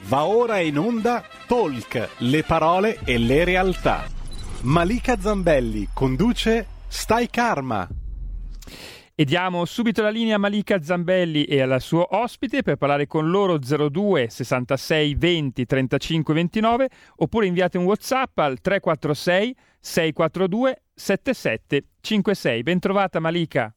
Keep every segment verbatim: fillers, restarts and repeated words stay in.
Va ora in onda Talk, le parole e le realtà. Malika Zambelli conduce Stai Karma. E diamo subito la linea a Malika Zambelli e al suo ospite per parlare con loro. Zero due sessantasei venti trentacinque ventinove, oppure inviate un WhatsApp al tre quattro sei sei quattro due sette sette cinque sei. Bentrovata Malika.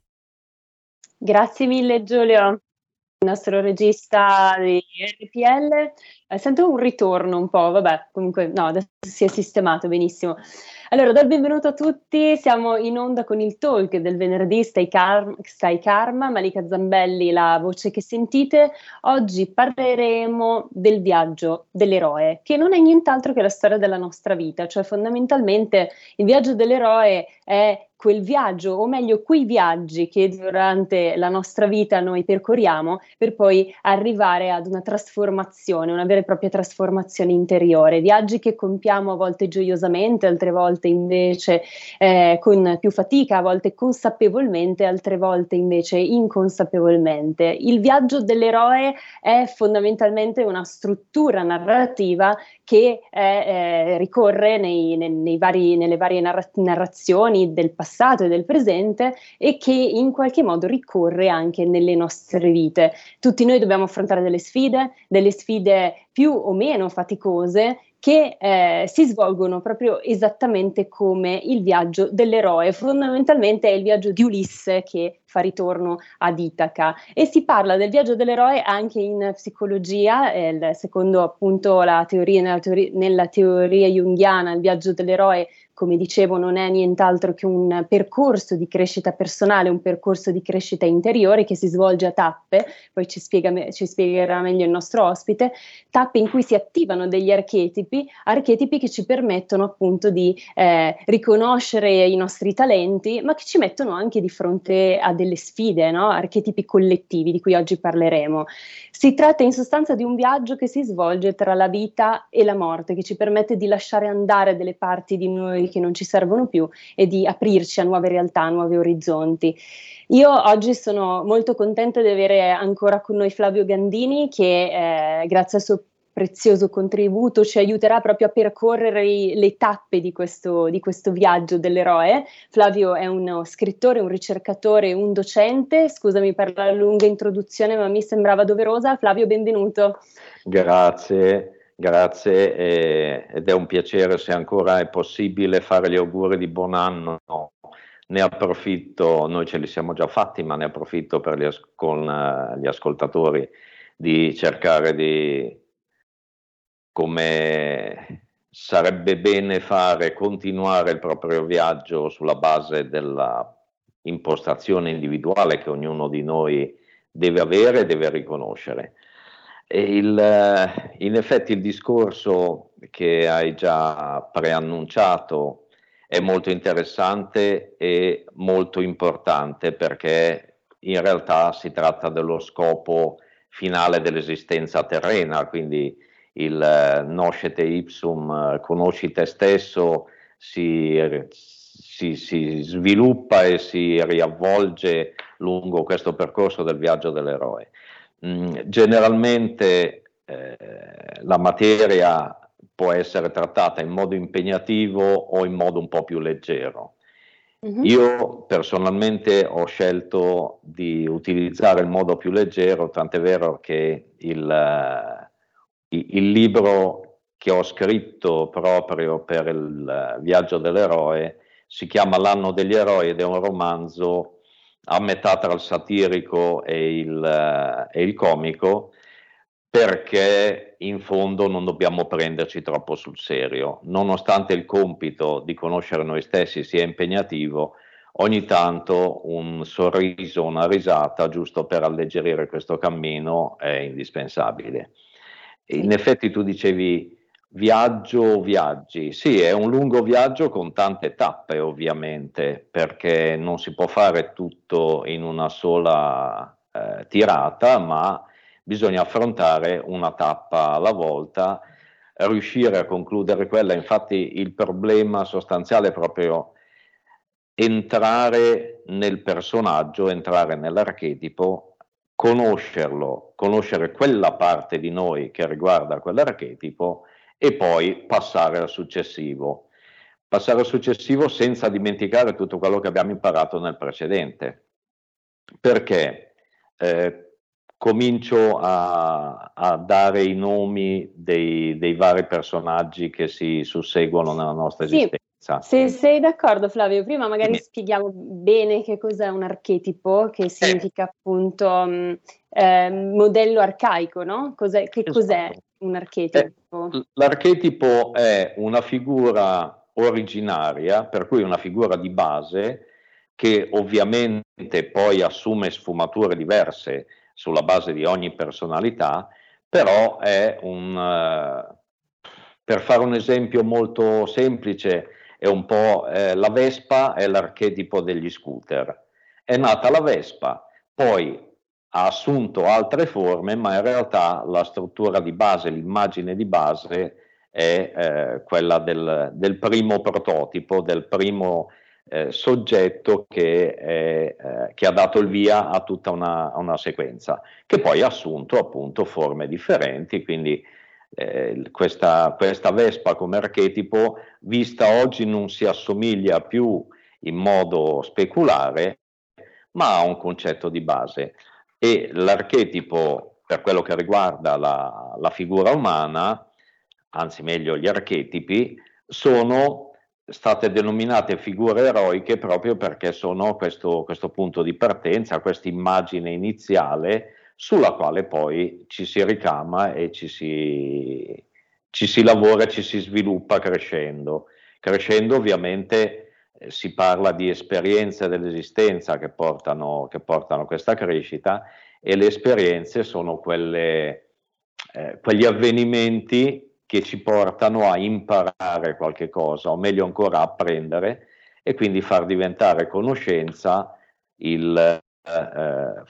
Grazie mille Giulio, il nostro regista di R P L. Eh, sento un ritorno un po', vabbè, comunque no, adesso si è sistemato benissimo. Allora, do il benvenuto a tutti, siamo in onda con il talk del venerdì Stai Karma, Stai Karma, Malika Zambelli, la voce che sentite. Oggi parleremo del viaggio dell'eroe, che non è nient'altro che la storia della nostra vita, cioè fondamentalmente il viaggio dell'eroe è quel viaggio, o meglio quei viaggi che durante la nostra vita noi percorriamo per poi arrivare ad una trasformazione, una vera e propria trasformazione interiore, viaggi che compiamo a volte gioiosamente, altre volte invece eh, con più fatica, a volte consapevolmente, altre volte invece inconsapevolmente. Il viaggio dell'eroe è fondamentalmente una struttura narrativa che è, eh, ricorre nei, nei, nei vari, nelle varie narra- narrazioni del passato e del presente e che in qualche modo ricorre anche nelle nostre vite. Tutti noi dobbiamo affrontare delle sfide, delle sfide più o meno faticose, che eh, si svolgono proprio esattamente come il viaggio dell'eroe. Fondamentalmente è il viaggio di Ulisse che fa ritorno ad Itaca, e si parla del viaggio dell'eroe anche in psicologia, eh, secondo appunto la teoria nella, teoria nella teoria junghiana. Il viaggio dell'eroe, come dicevo, non è nient'altro che un percorso di crescita personale, un percorso di crescita interiore che si svolge a tappe, poi ci, spiega, ci spiegherà meglio il nostro ospite, tappe in cui si attivano degli archetipi, archetipi che ci permettono appunto di eh, riconoscere i nostri talenti, ma che ci mettono anche di fronte a delle sfide, no? Archetipi collettivi di cui oggi parleremo. Si tratta in sostanza di un viaggio che si svolge tra la vita e la morte, che ci permette di lasciare andare delle parti di noi che non ci servono più e di aprirci a nuove realtà, a nuovi orizzonti. Io oggi sono molto contenta di avere ancora con noi Flavio Gandini, che eh, grazie al suo prezioso contributo ci aiuterà proprio a percorrere i, le tappe di questo, di questo viaggio dell'eroe. Flavio è uno scrittore, un ricercatore, un docente. Scusami per la lunga introduzione, ma mi sembrava doverosa. Flavio, benvenuto. Grazie. Grazie, eh, ed è un piacere, se ancora è possibile, fare gli auguri di buon anno. Ne approfitto, noi ce li siamo già fatti, ma ne approfitto per gli, as- con uh, gli ascoltatori di cercare di, come sarebbe bene fare, continuare il proprio viaggio sulla base della impostazione individuale che ognuno di noi deve avere e deve riconoscere. Il, in effetti il discorso che hai già preannunciato è molto interessante e molto importante, perché in realtà si tratta dello scopo finale dell'esistenza terrena, quindi il noscete ipsum, conosci te stesso, si, si, si sviluppa e si riavvolge lungo questo percorso del viaggio dell'eroe. Generalmente eh, la materia può essere trattata in modo impegnativo o in modo un po' più leggero. Mm-hmm. Io personalmente ho scelto di utilizzare il modo più leggero, tant'è vero che il, il libro che ho scritto proprio per il viaggio dell'eroe si chiama L'anno degli eroi ed è un romanzo a metà tra il satirico e il, e il comico, perché in fondo non dobbiamo prenderci troppo sul serio. Nonostante il compito di conoscere noi stessi sia impegnativo, ogni tanto un sorriso, una risata, giusto per alleggerire questo cammino, è indispensabile. In effetti tu dicevi viaggio o viaggi. Sì, è un lungo viaggio con tante tappe, ovviamente, perché non si può fare tutto in una sola eh, tirata, ma bisogna affrontare una tappa alla volta, riuscire a concludere quella. Infatti il problema sostanziale è proprio entrare nel personaggio, entrare nell'archetipo, conoscerlo, conoscere quella parte di noi che riguarda quell'archetipo e poi passare al successivo. Passare al successivo senza dimenticare tutto quello che abbiamo imparato nel precedente, perché eh, comincio a, a dare i nomi dei, dei vari personaggi che si susseguono nella nostra sì, esistenza. Se sei d'accordo, Flavio, prima magari Quindi, spieghiamo bene che cos'è un archetipo, che significa eh. appunto mh, eh, modello arcaico, no? Cos'è, che esatto. Cos'è un archetipo? Eh, l'archetipo è una figura originaria, per cui una figura di base che ovviamente poi assume sfumature diverse sulla base di ogni personalità, però è un, uh, per fare un esempio molto semplice, è un po' eh, la Vespa è l'archetipo degli scooter. È nata la Vespa, poi ha assunto altre forme, ma in realtà la struttura di base, l'immagine di base è eh, quella del, del primo prototipo, del primo eh, soggetto che, è, eh, che ha dato il via a tutta una, una sequenza, che poi ha assunto appunto forme differenti, quindi eh, questa, questa Vespa come archetipo vista oggi non si assomiglia più in modo speculare, ma ha un concetto di base. E l'archetipo, per quello che riguarda la, la figura umana, anzi meglio gli archetipi, sono state denominate figure eroiche proprio perché sono questo, questo punto di partenza, questa immagine iniziale sulla quale poi ci si ricama e ci si, ci si lavora, ci si sviluppa crescendo. Crescendo ovviamente eh, si parla di esperienze dell'esistenza che portano, che portano questa crescita, e le esperienze sono quelle, eh, quegli avvenimenti che ci portano a imparare qualche cosa, o meglio ancora apprendere, e quindi far diventare conoscenza il, eh,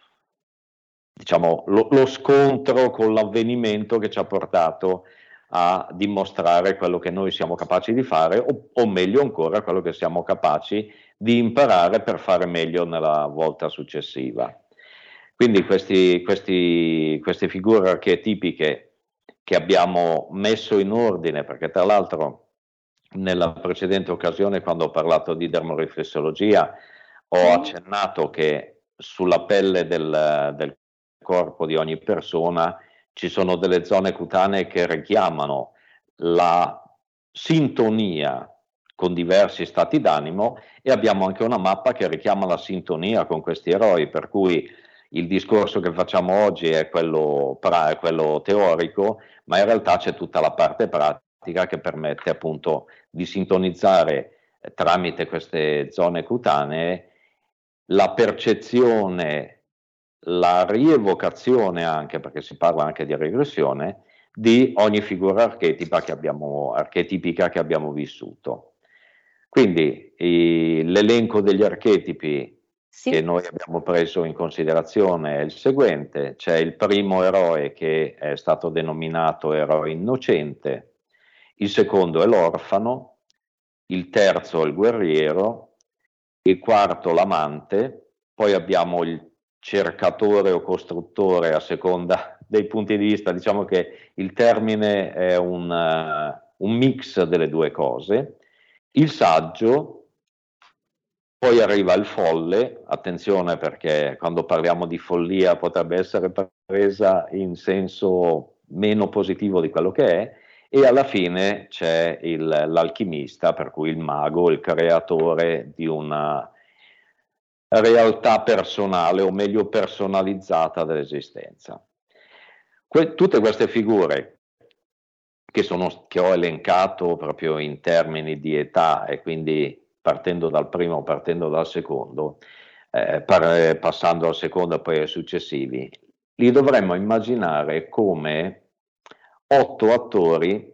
diciamo, lo, lo scontro con l'avvenimento che ci ha portato a dimostrare quello che noi siamo capaci di fare, o, o meglio ancora quello che siamo capaci di imparare per fare meglio nella volta successiva. Quindi questi, questi, queste figure archetipiche che abbiamo messo in ordine, perché tra l'altro nella precedente occasione, quando ho parlato di dermoriflessologia, ho accennato che sulla pelle del, del corpo di ogni persona ci sono delle zone cutanee che richiamano la sintonia con diversi stati d'animo, e abbiamo anche una mappa che richiama la sintonia con questi eroi, per cui il discorso che facciamo oggi è quello, pra, è quello teorico, ma in realtà c'è tutta la parte pratica che permette appunto di sintonizzare eh, tramite queste zone cutanee la percezione, la rievocazione anche, perché si parla anche di regressione, di ogni figura archetipa che abbiamo, archetipica che abbiamo vissuto. Quindi i, l'elenco degli archetipi sì. che noi abbiamo preso in considerazione è il seguente: c'è il primo eroe che è stato denominato eroe innocente, il secondo è l'orfano, il terzo è il guerriero, il quarto l'amante, poi abbiamo il cercatore o costruttore a seconda dei punti di vista, diciamo che il termine è un, uh, un mix delle due cose, il saggio. Poi arriva il folle, attenzione perché quando parliamo di follia potrebbe essere presa in senso meno positivo di quello che è, e alla fine c'è il, l'alchimista, per cui il mago, il creatore di una realtà personale, o meglio personalizzata dell'esistenza. Que- tutte queste figure che, sono, che ho elencato proprio in termini di età, e quindi partendo dal primo, partendo dal secondo, eh, par- passando al secondo e poi ai successivi, li dovremmo immaginare come otto attori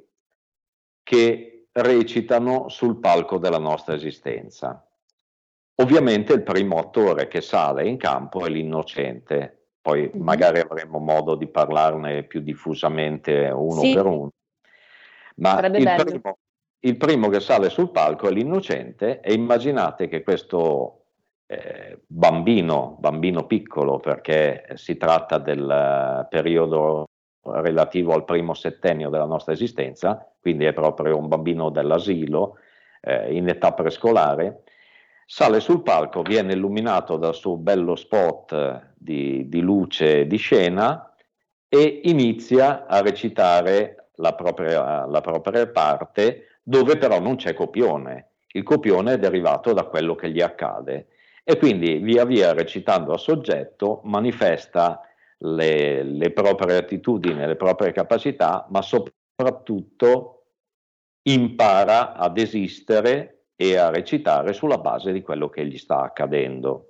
che recitano sul palco della nostra esistenza. Ovviamente il primo attore che sale in campo è l'innocente, poi mm-hmm. magari avremo modo di parlarne più diffusamente uno sì. per uno, ma il primo, il primo che sale sul palco è l'innocente, e immaginate che questo eh, bambino, bambino piccolo, perché si tratta del periodo relativo al primo settennio della nostra esistenza, quindi è proprio un bambino dell'asilo, eh, in età prescolare, sale sul palco, viene illuminato dal suo bello spot di, di luce di scena e inizia a recitare la propria, la propria parte, dove però non c'è copione. Il copione è derivato da quello che gli accade e quindi via via recitando a soggetto manifesta le, le proprie attitudini, le proprie capacità, ma soprattutto impara ad esistere e a recitare sulla base di quello che gli sta accadendo.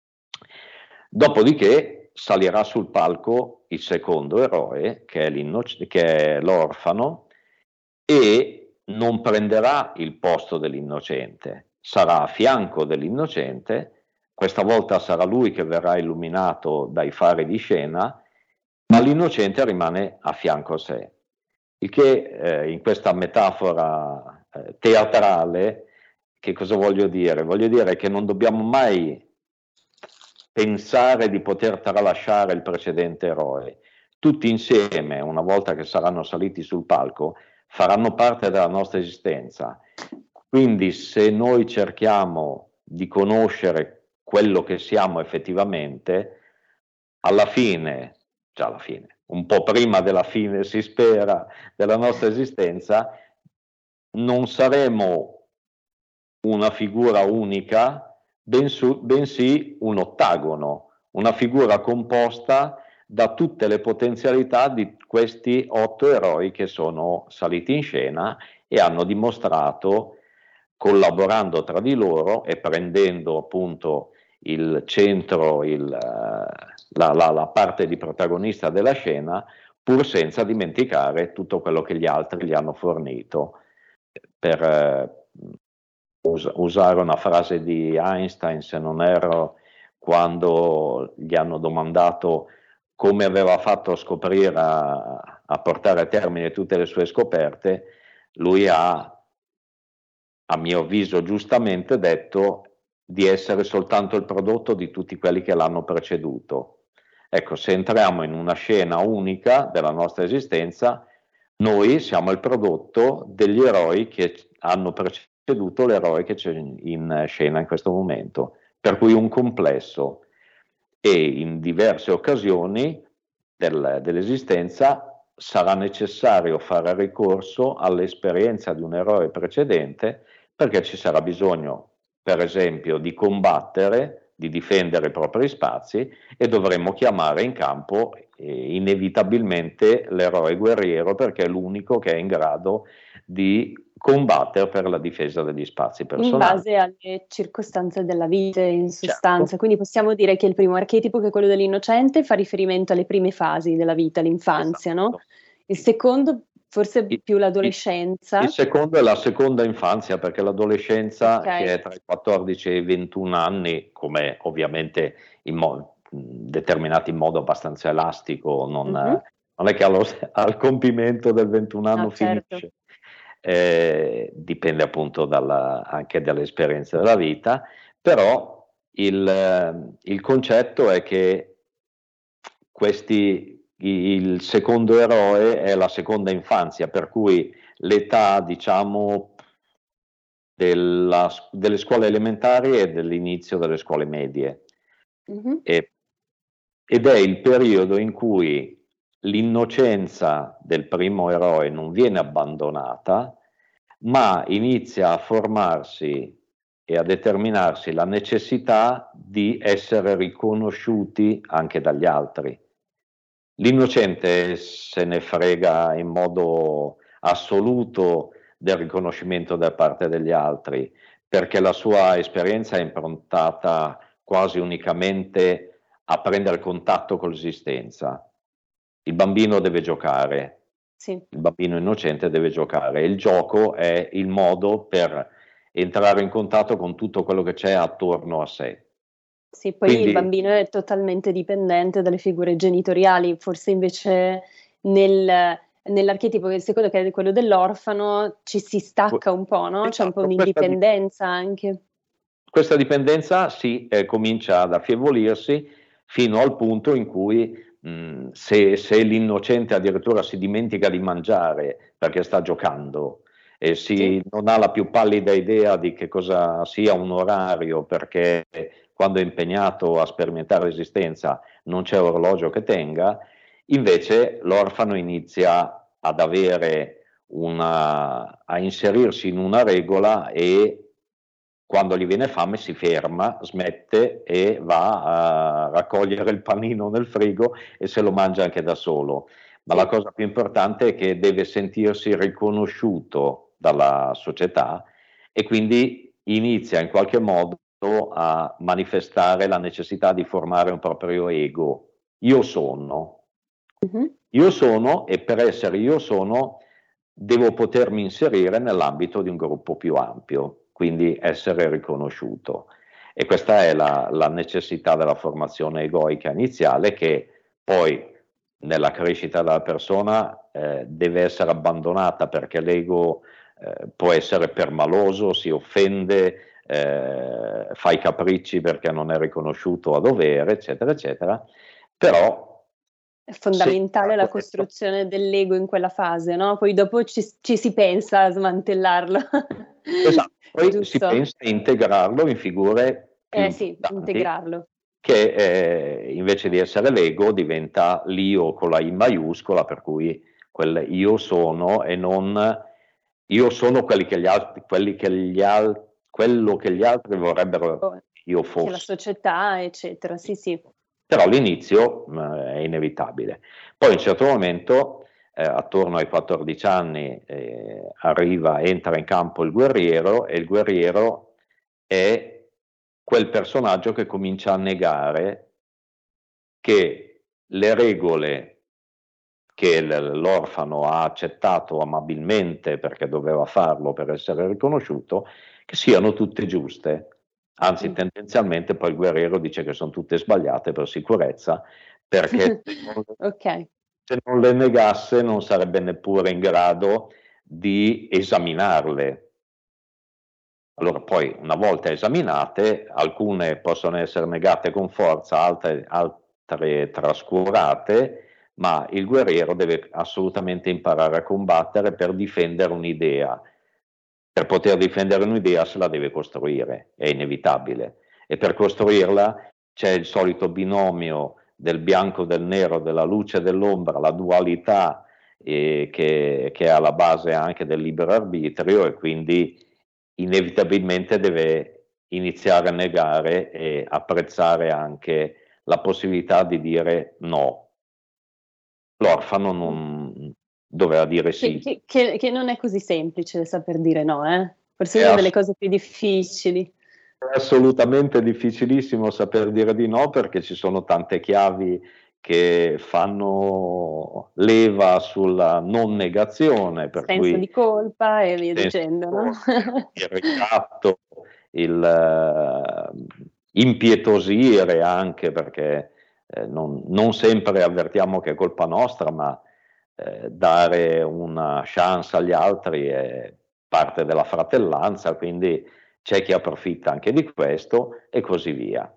Dopodiché salirà sul palco il secondo eroe, che è, che è l'orfano, e non prenderà il posto dell'innocente, sarà a fianco dell'innocente. Questa volta sarà lui che verrà illuminato dai fari di scena, ma l'innocente rimane a fianco a sé. Il che eh, in questa metafora eh, teatrale, che cosa voglio dire? Voglio dire che non dobbiamo mai pensare di poter tralasciare il precedente eroe. Tutti insieme, una volta che saranno saliti sul palco, faranno parte della nostra esistenza. Quindi se noi cerchiamo di conoscere quello che siamo effettivamente, alla fine, già alla fine, un po' prima della fine si spera della nostra esistenza, non saremo una figura unica, bensù, bensì un ottagono, una figura composta da tutte le potenzialità di questi otto eroi che sono saliti in scena e hanno dimostrato, collaborando tra di loro e prendendo appunto il centro, il, la, la, la parte di protagonista della scena, pur senza dimenticare tutto quello che gli altri gli hanno fornito. Per eh, us- usare una frase di Einstein, se non erro, quando gli hanno domandato come aveva fatto a scoprire, a, a portare a termine tutte le sue scoperte, lui ha, a mio avviso giustamente, detto di essere soltanto il prodotto di tutti quelli che l'hanno preceduto. Ecco, se entriamo in una scena unica della nostra esistenza, noi siamo il prodotto degli eroi che hanno preceduto l'eroe che c'è in scena in questo momento, per cui un complesso. E in diverse occasioni del, dell'esistenza sarà necessario fare ricorso all'esperienza di un eroe precedente, perché ci sarà bisogno, per esempio, di combattere, di difendere i propri spazi, e dovremo chiamare in campo eh, inevitabilmente l'eroe guerriero, perché è l'unico che è in grado di combattere per la difesa degli spazi personali. In base alle circostanze della vita, in sostanza. Certo. Quindi possiamo dire che il primo archetipo, che è quello dell'innocente, fa riferimento alle prime fasi della vita, l'infanzia, esatto. No? Il secondo, forse il, più l'adolescenza. Il, il secondo è la seconda infanzia, perché l'adolescenza, okay, che è tra i quattordici e i ventuno anni, come ovviamente in mo- determinati in modo abbastanza elastico, non, mm-hmm. non è che allo, al compimento del ventuno anno no, finisce. Certo. Eh, dipende appunto dalla, anche dalle esperienze della vita, però il, il concetto è che questi, il secondo eroe è la seconda infanzia, per cui l'età, diciamo, della, delle scuole elementari e dell'inizio delle scuole medie. Mm-hmm. E, ed è il periodo in cui l'innocenza del primo eroe non viene abbandonata, ma inizia a formarsi e a determinarsi la necessità di essere riconosciuti anche dagli altri. L'innocente se ne frega in modo assoluto del riconoscimento da parte degli altri, perché la sua esperienza è improntata quasi unicamente a prendere contatto con l'esistenza. Il bambino deve giocare, sì. Il bambino innocente deve giocare. Il gioco è il modo per entrare in contatto con tutto quello che c'è attorno a sé. Sì, poi Quindi, il bambino è totalmente dipendente dalle figure genitoriali, forse invece nel, nell'archetipo del secondo, che è quello dell'orfano, ci si stacca un po', no? C'è un po' un'indipendenza anche. questa dipendenza si eh, comincia ad affievolirsi fino al punto in cui mh, se, se l'innocente addirittura si dimentica di mangiare perché sta giocando e si, sì. non ha la più pallida idea di che cosa sia un orario, perché quando è impegnato a sperimentare l'esistenza non c'è orologio che tenga, invece l'orfano inizia ad avere una, a inserirsi in una regola e quando gli viene fame si ferma, smette e va a raccogliere il panino nel frigo e se lo mangia anche da solo. Ma sì. La cosa più importante è che deve sentirsi riconosciuto dalla società e quindi inizia in qualche modo a manifestare la necessità di formare un proprio ego. Io sono. Uh-huh. Io sono, e per essere io sono devo potermi inserire nell'ambito di un gruppo più ampio, quindi essere riconosciuto. E questa è la, la necessità della formazione egoica iniziale, che poi nella crescita della persona eh, deve essere abbandonata, perché l'ego eh, può essere permaloso, si offende, eh, fa i capricci perché non è riconosciuto a dovere, eccetera, eccetera. Però è fondamentale la costruzione dell'ego in quella fase, no? Poi dopo ci, ci si pensa a smantellarlo. Esatto, poi Giusto. Si pensa a integrarlo in figure più eh sì, integrarlo. Che eh, invece di essere l'ego diventa l'io con la I maiuscola, per cui quel io sono e non io sono quelli che gli altri, quelli che gli al, quello che gli altri vorrebbero io fossi. Che la società, eccetera, sì sì. Però l'inizio eh, è inevitabile. Poi a un certo momento, eh, attorno ai quattordici anni, eh, arriva, entra in campo il guerriero, e il guerriero è quel personaggio che comincia a negare che le regole che l'orfano ha accettato amabilmente perché doveva farlo per essere riconosciuto, che siano tutte giuste. Anzi, tendenzialmente poi il guerriero dice che sono tutte sbagliate per sicurezza, perché se, non, okay. se non le negasse non sarebbe neppure in grado di esaminarle. Allora poi, una volta esaminate, alcune possono essere negate con forza, altre, altre trascurate, ma il guerriero deve assolutamente imparare a combattere per difendere un'idea. Per poter difendere un'idea se la deve costruire, è inevitabile. E per costruirla c'è il solito binomio del bianco, del nero, della luce e dell'ombra, la dualità eh, che, che è alla base anche del libero arbitrio, e quindi inevitabilmente deve iniziare a negare e apprezzare anche la possibilità di dire no. L'orfano non doveva dire sì. Che, che, che non è così semplice saper dire no, eh? Forse è una delle cose più difficili. È assolutamente difficilissimo saper dire di no, perché ci sono tante chiavi che fanno leva sulla non negazione, per senso cui di colpa e via dicendo, no? Il ricatto, il uh, impietosire anche, perché eh, non, non sempre avvertiamo che è colpa nostra, ma eh, dare una chance agli altri è parte della fratellanza, quindi c'è chi approfitta anche di questo e così via.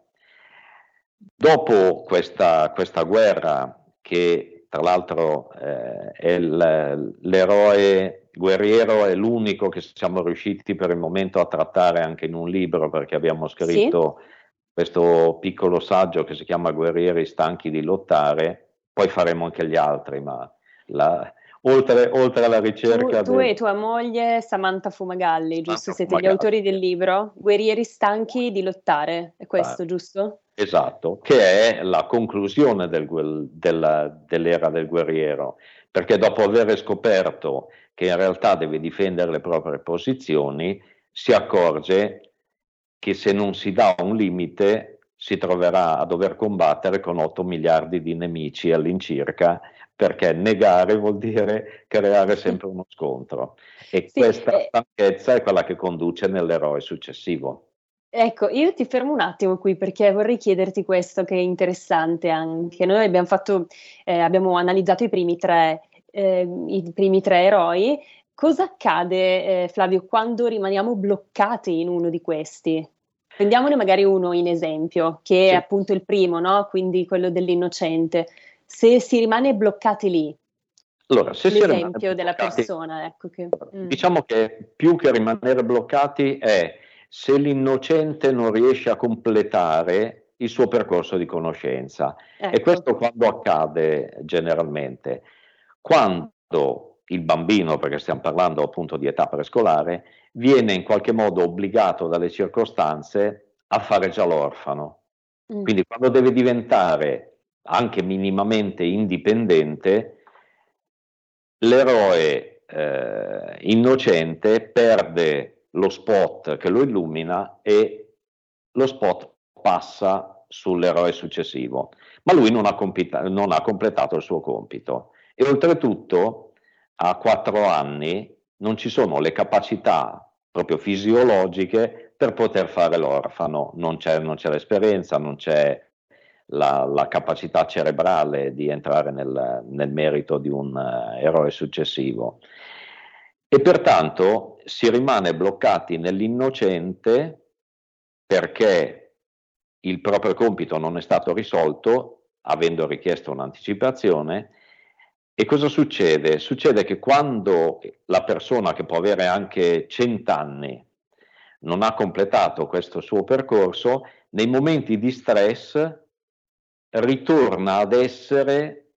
Dopo questa, questa guerra, che tra l'altro eh, è il, l'eroe guerriero è l'unico che siamo riusciti per il momento a trattare anche in un libro, perché abbiamo scritto sì. questo piccolo saggio che si chiama Guerrieri stanchi di lottare, poi faremo anche gli altri, ma la, oltre, oltre alla ricerca... Tu, tu del... e tua moglie Samantha Fumagalli, Samantha giusto? Siete Fumagalli. Gli autori del libro Guerrieri stanchi di lottare, è questo, ah, giusto? Esatto, che è la conclusione del, della, dell'era del guerriero, perché dopo aver scoperto che in realtà deve difendere le proprie posizioni, si accorge che se non si dà un limite si troverà a dover combattere con otto miliardi di nemici all'incirca, perché negare vuol dire creare sempre uno scontro, e sì, questa eh... stanchezza è quella che conduce nell'eroe successivo. Ecco, io ti fermo un attimo qui, perché vorrei chiederti questo, che è interessante anche. Noi abbiamo fatto, eh, abbiamo analizzato i primi tre, eh, i primi tre eroi. Cosa accade, eh, Flavio, quando rimaniamo bloccati in uno di questi? Prendiamone magari uno in esempio, che sì. è appunto il primo, no? Quindi quello dell'innocente. Se si rimane bloccati lì, allora, se l'esempio si della bloccati, persona, ecco che... Mm. Diciamo che più che rimanere bloccati è se l'innocente non riesce a completare il suo percorso di conoscenza. Ecco. E questo quando accade generalmente? Quando il bambino, perché stiamo parlando appunto di età prescolare, viene in qualche modo obbligato dalle circostanze a fare già l'orfano. Mm. Quindi quando deve diventare anche minimamente indipendente, l'eroe eh, innocente perde lo spot che lo illumina e lo spot passa sull'eroe successivo, ma lui non ha, compita- non ha completato il suo compito e oltretutto a quattro anni non ci sono le capacità proprio fisiologiche per poter fare l'orfano, non c'è, non c'è l'esperienza, non c'è la, la capacità cerebrale di entrare nel, nel merito di un uh, eroe successivo e pertanto si rimane bloccati nell'innocente perché il proprio compito non è stato risolto, avendo richiesto un'anticipazione. E cosa succede? Succede che quando la persona, che può avere anche cent'anni, non ha completato questo suo percorso, nei momenti di stress ritorna ad essere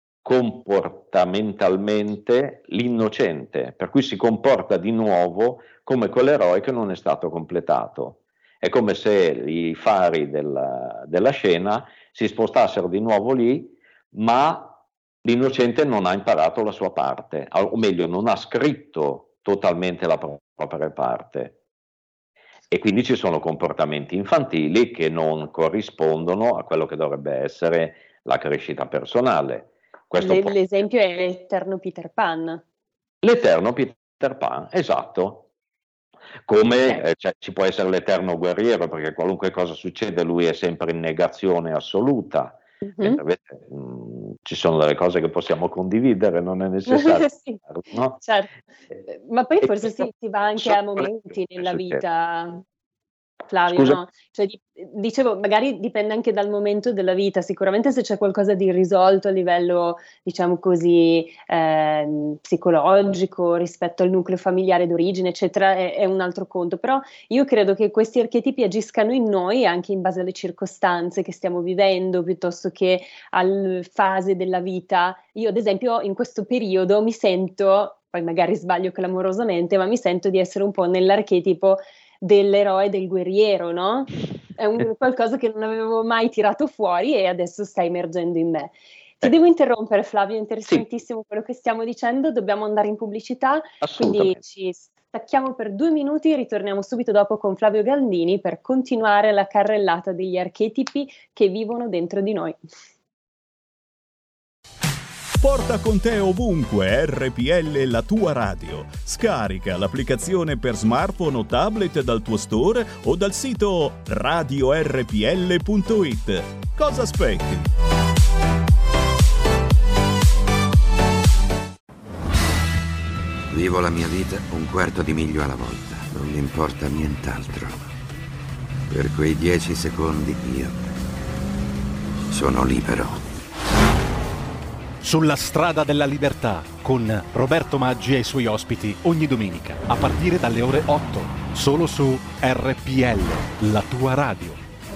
comportamentalmente l'innocente, per cui si comporta di nuovo come quell'eroe che non è stato completato. È come se i fari della, della scena si spostassero di nuovo lì, ma l'innocente non ha imparato la sua parte, o meglio, non ha scritto totalmente la propria parte. E quindi ci sono comportamenti infantili che non corrispondono a quello che dovrebbe essere la crescita personale. Questo L- l'esempio è l'eterno Peter Pan. L'eterno Peter Pan, esatto. Come eh, cioè, ci può essere l'eterno guerriero, perché qualunque cosa succede lui è sempre in negazione assoluta. Mm-hmm. Mentre invece, mh, ci sono delle cose che possiamo condividere, non è necessario. Sì, no? Certo. Ma poi e forse si, si va anche a momenti nella vita, Flavio, Scusa? no? Cioè, di, dicevo, magari dipende anche dal momento della vita, sicuramente se c'è qualcosa di irrisolto a livello, diciamo così, eh, psicologico rispetto al nucleo familiare d'origine, eccetera, è, è un altro conto, però io credo che questi archetipi agiscano in noi anche in base alle circostanze che stiamo vivendo, piuttosto che alle fasi della vita. Io ad esempio in questo periodo mi sento, poi magari sbaglio clamorosamente, ma mi sento di essere un po' nell'archetipo dell'eroe, del guerriero, no? È un qualcosa che non avevo mai tirato fuori e adesso sta emergendo in me. Ti devo interrompere, Flavio, è interessantissimo sì. quello che stiamo dicendo, dobbiamo andare in pubblicità, quindi ci stacchiamo per due minuti e ritorniamo subito dopo con Flavio Gandini per continuare la carrellata degli archetipi che vivono dentro di noi. Porta con te ovunque R P L, la tua radio. Scarica l'applicazione per smartphone o tablet dal tuo store o dal sito radio erre pi elle punto it. Cosa aspetti? Vivo la mia vita un quarto di miglio alla volta. Non mi importa nient'altro. Per quei dieci secondi io sono libero. Sulla strada della libertà con Roberto Maggi e i suoi ospiti ogni domenica a partire dalle ore otto solo su R P L, la tua radio.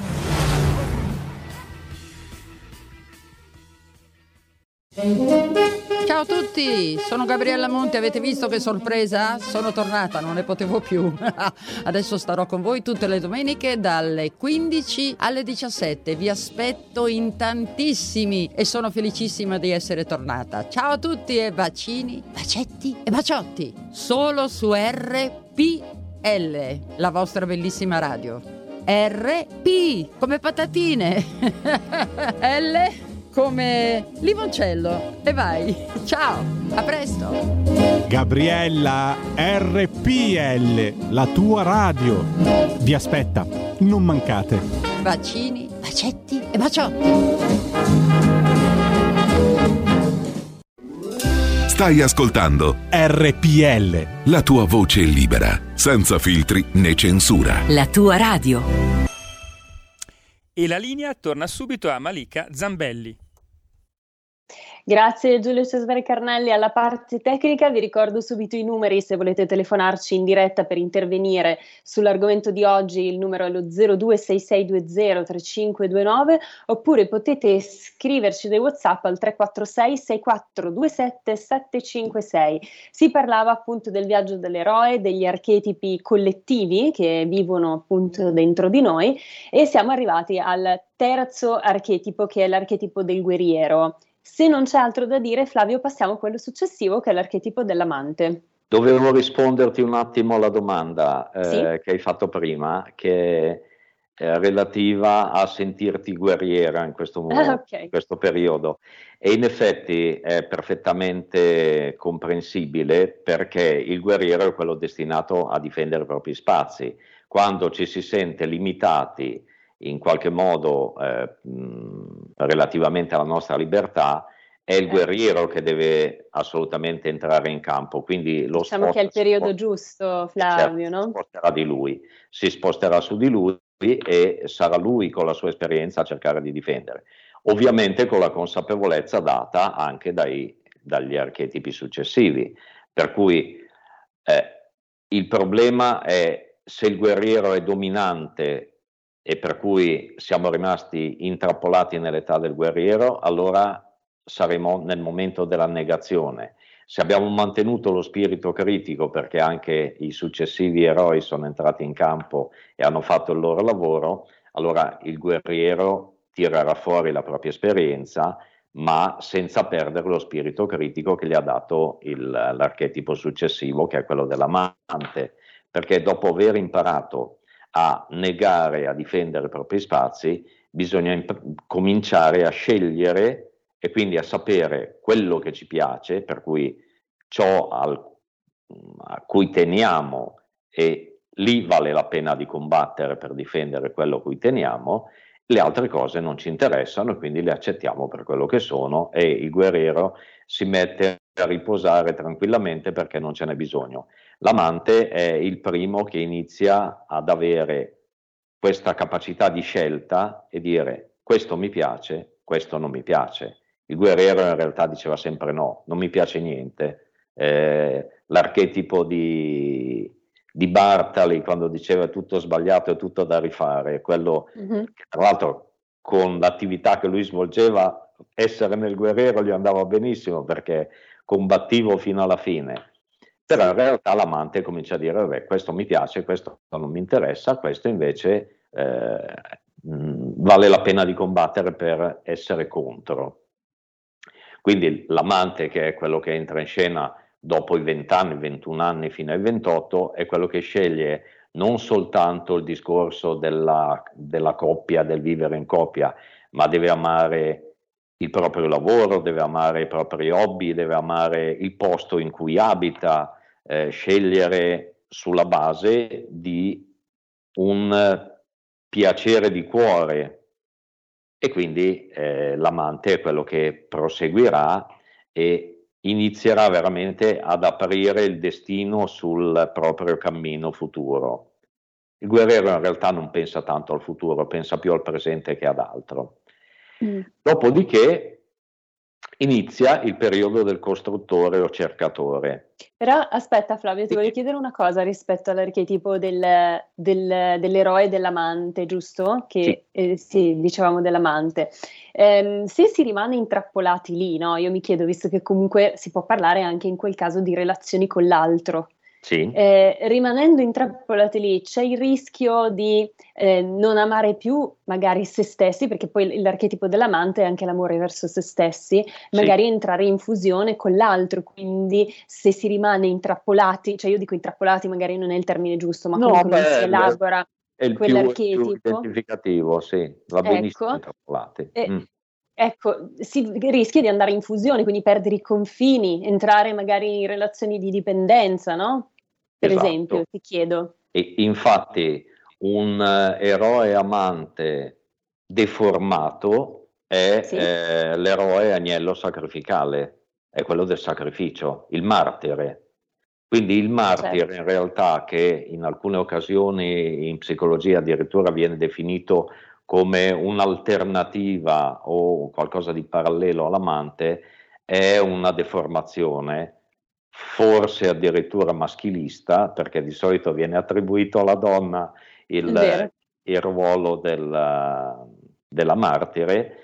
Ciao a tutti, sono Gabriella Monti, avete visto che sorpresa? Sono tornata, non ne potevo più. Adesso starò con voi tutte le domeniche dalle quindici alle diciassette, vi aspetto in tantissimi e sono felicissima di essere tornata. Ciao a tutti e bacini, bacetti e baciotti, solo su R P L, la vostra bellissima radio. R P come patatine, L come limoncello. E vai, ciao, a presto. Gabriella, R P L, la tua radio. Vi aspetta, non mancate. Bacini, bacetti e baciotti. Stai ascoltando R P L, la tua voce libera, senza filtri né censura. La tua radio. E la linea torna subito a Malika Zambelli. Grazie Giulio Cesare Carnelli alla parte tecnica. Vi ricordo subito i numeri se volete telefonarci in diretta per intervenire sull'argomento di oggi. Il numero è lo zero due sei sei due zero tre cinque due nove, oppure potete scriverci dei WhatsApp al tre quattro sei sei quattro due sette sette cinque sei. Si parlava appunto del viaggio dell'eroe, degli archetipi collettivi che vivono appunto dentro di noi, e siamo arrivati al terzo archetipo, che è l'archetipo del guerriero. Se non c'è altro da dire, Flavio, passiamo a quello successivo, che è l'archetipo dell'amante. Dovevo risponderti un attimo alla domanda eh, Sì? che hai fatto prima, che è relativa a sentirti guerriera in questo, Ah, okay. in questo periodo. E in effetti è perfettamente comprensibile, perché il guerriero è quello destinato a difendere i propri spazi. Quando ci si sente limitati in qualche modo eh, mh, relativamente alla nostra libertà, è il guerriero che deve assolutamente entrare in campo. Quindi lo diciamo che è il periodo giusto, Flavio, certo, no? Si sposterà di lui, si sposterà su di lui e sarà lui con la sua esperienza a cercare di difendere. Ovviamente con la consapevolezza data anche dai, dagli archetipi successivi. Per cui eh, il problema è se il guerriero è dominante e per cui siamo rimasti intrappolati nell'età del guerriero, allora saremo nel momento della negazione. Se abbiamo mantenuto lo spirito critico, perché anche i successivi eroi sono entrati in campo e hanno fatto il loro lavoro, allora il guerriero tirerà fuori la propria esperienza, ma senza perdere lo spirito critico che gli ha dato il, l'archetipo successivo, che è quello dell'amante, perché dopo aver imparato a negare, a difendere i propri spazi, bisogna imp- cominciare a scegliere e quindi a sapere quello che ci piace, per cui ciò al, a cui teniamo, e lì vale la pena di combattere per difendere quello a cui teniamo. Le altre cose non ci interessano e quindi le accettiamo per quello che sono, e il guerriero si mette a riposare tranquillamente perché non ce n'è bisogno. L'amante è il primo che inizia ad avere questa capacità di scelta e dire: questo mi piace, questo non mi piace. Il guerriero in realtà diceva sempre no, non mi piace niente. Eh, l'archetipo di, di Bartali, quando diceva tutto sbagliato e tutto da rifare, quello mm-hmm. che tra l'altro con l'attività che lui svolgeva, essere nel guerriero gli andava benissimo perché combattivo fino alla fine. Però in realtà l'amante comincia a dire: vabbè, questo mi piace, questo non mi interessa, questo invece eh, mh, vale la pena di combattere per essere contro. Quindi l'amante, che è quello che entra in scena dopo i venti anni, ventuno anni fino ai ventotto, è quello che sceglie non soltanto il discorso della, della coppia, del vivere in coppia, ma deve amare il proprio lavoro, deve amare i propri hobby, deve amare il posto in cui abita, eh, scegliere sulla base di un piacere di cuore. E quindi eh, l'amante è quello che proseguirà e inizierà veramente ad aprire il destino sul proprio cammino futuro. Il guerriero in realtà non pensa tanto al futuro, pensa più al presente che ad altro. Mm. Dopodiché inizia il periodo del costruttore o cercatore. Però aspetta Flavio, ti voglio chiedere una cosa rispetto all'archetipo del, del, dell'eroe e dell'amante, giusto? Che sì, eh, sì dicevamo dell'amante. Eh, se si rimane intrappolati lì, no? Io mi chiedo, visto che comunque si può parlare anche in quel caso di relazioni con l'altro, sì. eh, rimanendo intrappolati lì c'è il rischio di eh, non amare più magari se stessi, perché poi l'archetipo dell'amante è anche l'amore verso se stessi, magari sì. entrare in fusione con l'altro, quindi se si rimane intrappolati, cioè io dico intrappolati magari non è il termine giusto, ma no, comunque beh, non si elabora è il quell'archetipo. Più, più identificativo, sì, va benissimo, ecco. Intrappolati. E, mm. Ecco, si rischia di andare in fusione, quindi perdere i confini, entrare magari in relazioni di dipendenza, no? Per esatto. esempio, ti chiedo. E infatti un uh, eroe amante deformato è sì. eh, l'eroe agnello sacrificale, è quello del sacrificio, il martire. Quindi il martire, certo, in realtà, che in alcune occasioni in psicologia addirittura viene definito come un'alternativa o qualcosa di parallelo all'amante, è una deformazione, forse addirittura maschilista, perché di solito viene attribuito alla donna il, il ruolo del, della martire,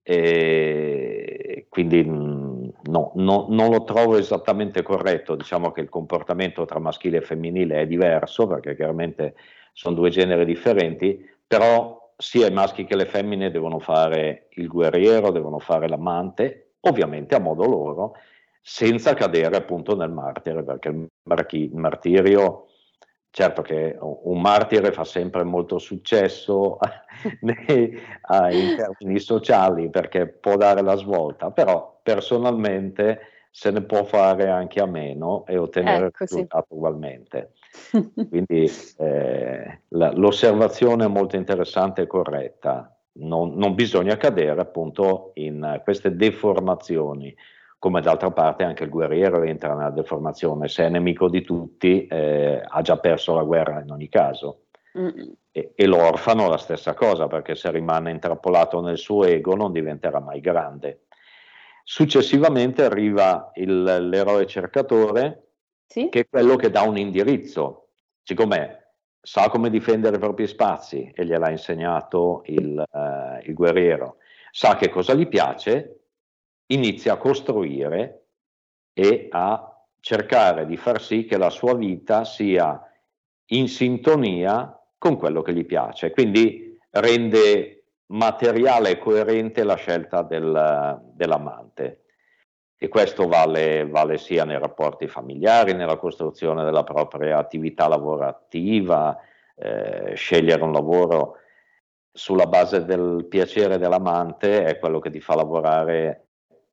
e quindi no, no, non lo trovo esattamente corretto. Diciamo che il comportamento tra maschile e femminile è diverso, perché chiaramente sono due generi differenti, però sia i maschi che le femmine devono fare il guerriero, devono fare l'amante, ovviamente a modo loro, senza cadere appunto nel martire, perché il, marchi, il martirio, certo che un martire fa sempre molto successo nei, in termini sociali, perché può dare la svolta, però personalmente se ne può fare anche a meno e ottenere ecco, il risultato sì. ugualmente. Quindi eh, la, l'osservazione è molto interessante e corretta. Non, non bisogna cadere appunto in queste deformazioni, come d'altra parte anche il guerriero entra nella deformazione. Se è nemico di tutti eh, ha già perso la guerra in ogni caso. E, e l'orfano la stessa cosa, perché se rimane intrappolato nel suo ego non diventerà mai grande. Successivamente arriva il, l'eroe cercatore, sì? che è quello che dà un indirizzo, siccome sa come difendere i propri spazi e gliel'ha insegnato il, uh, il guerriero, sa che cosa gli piace, inizia a costruire e a cercare di far sì che la sua vita sia in sintonia con quello che gli piace, quindi rende materiale e coerente la scelta del, dell'amante. E questo vale, vale sia nei rapporti familiari, nella costruzione della propria attività lavorativa, eh, scegliere un lavoro sulla base del piacere dell'amante è quello che ti fa lavorare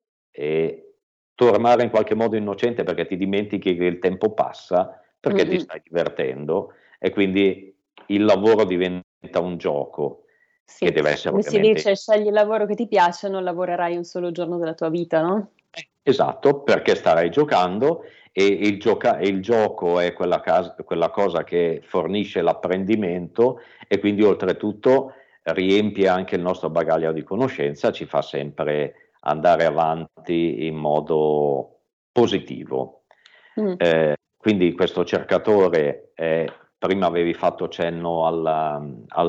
e tornare in qualche modo innocente, perché ti dimentichi che il tempo passa, perché mm-hmm. ti stai divertendo e quindi il lavoro diventa un gioco. Sì. Che deve essere come ovviamente... si dice, scegli il lavoro che ti piace, non lavorerai un solo giorno della tua vita, no? Esatto, perché starai giocando e il, gioca- e il gioco è quella, casa- quella cosa che fornisce l'apprendimento e quindi oltretutto riempie anche il nostro bagaglio di conoscenza, ci fa sempre andare avanti in modo positivo. Mm. Eh, quindi questo cercatore è... Prima avevi fatto cenno alla,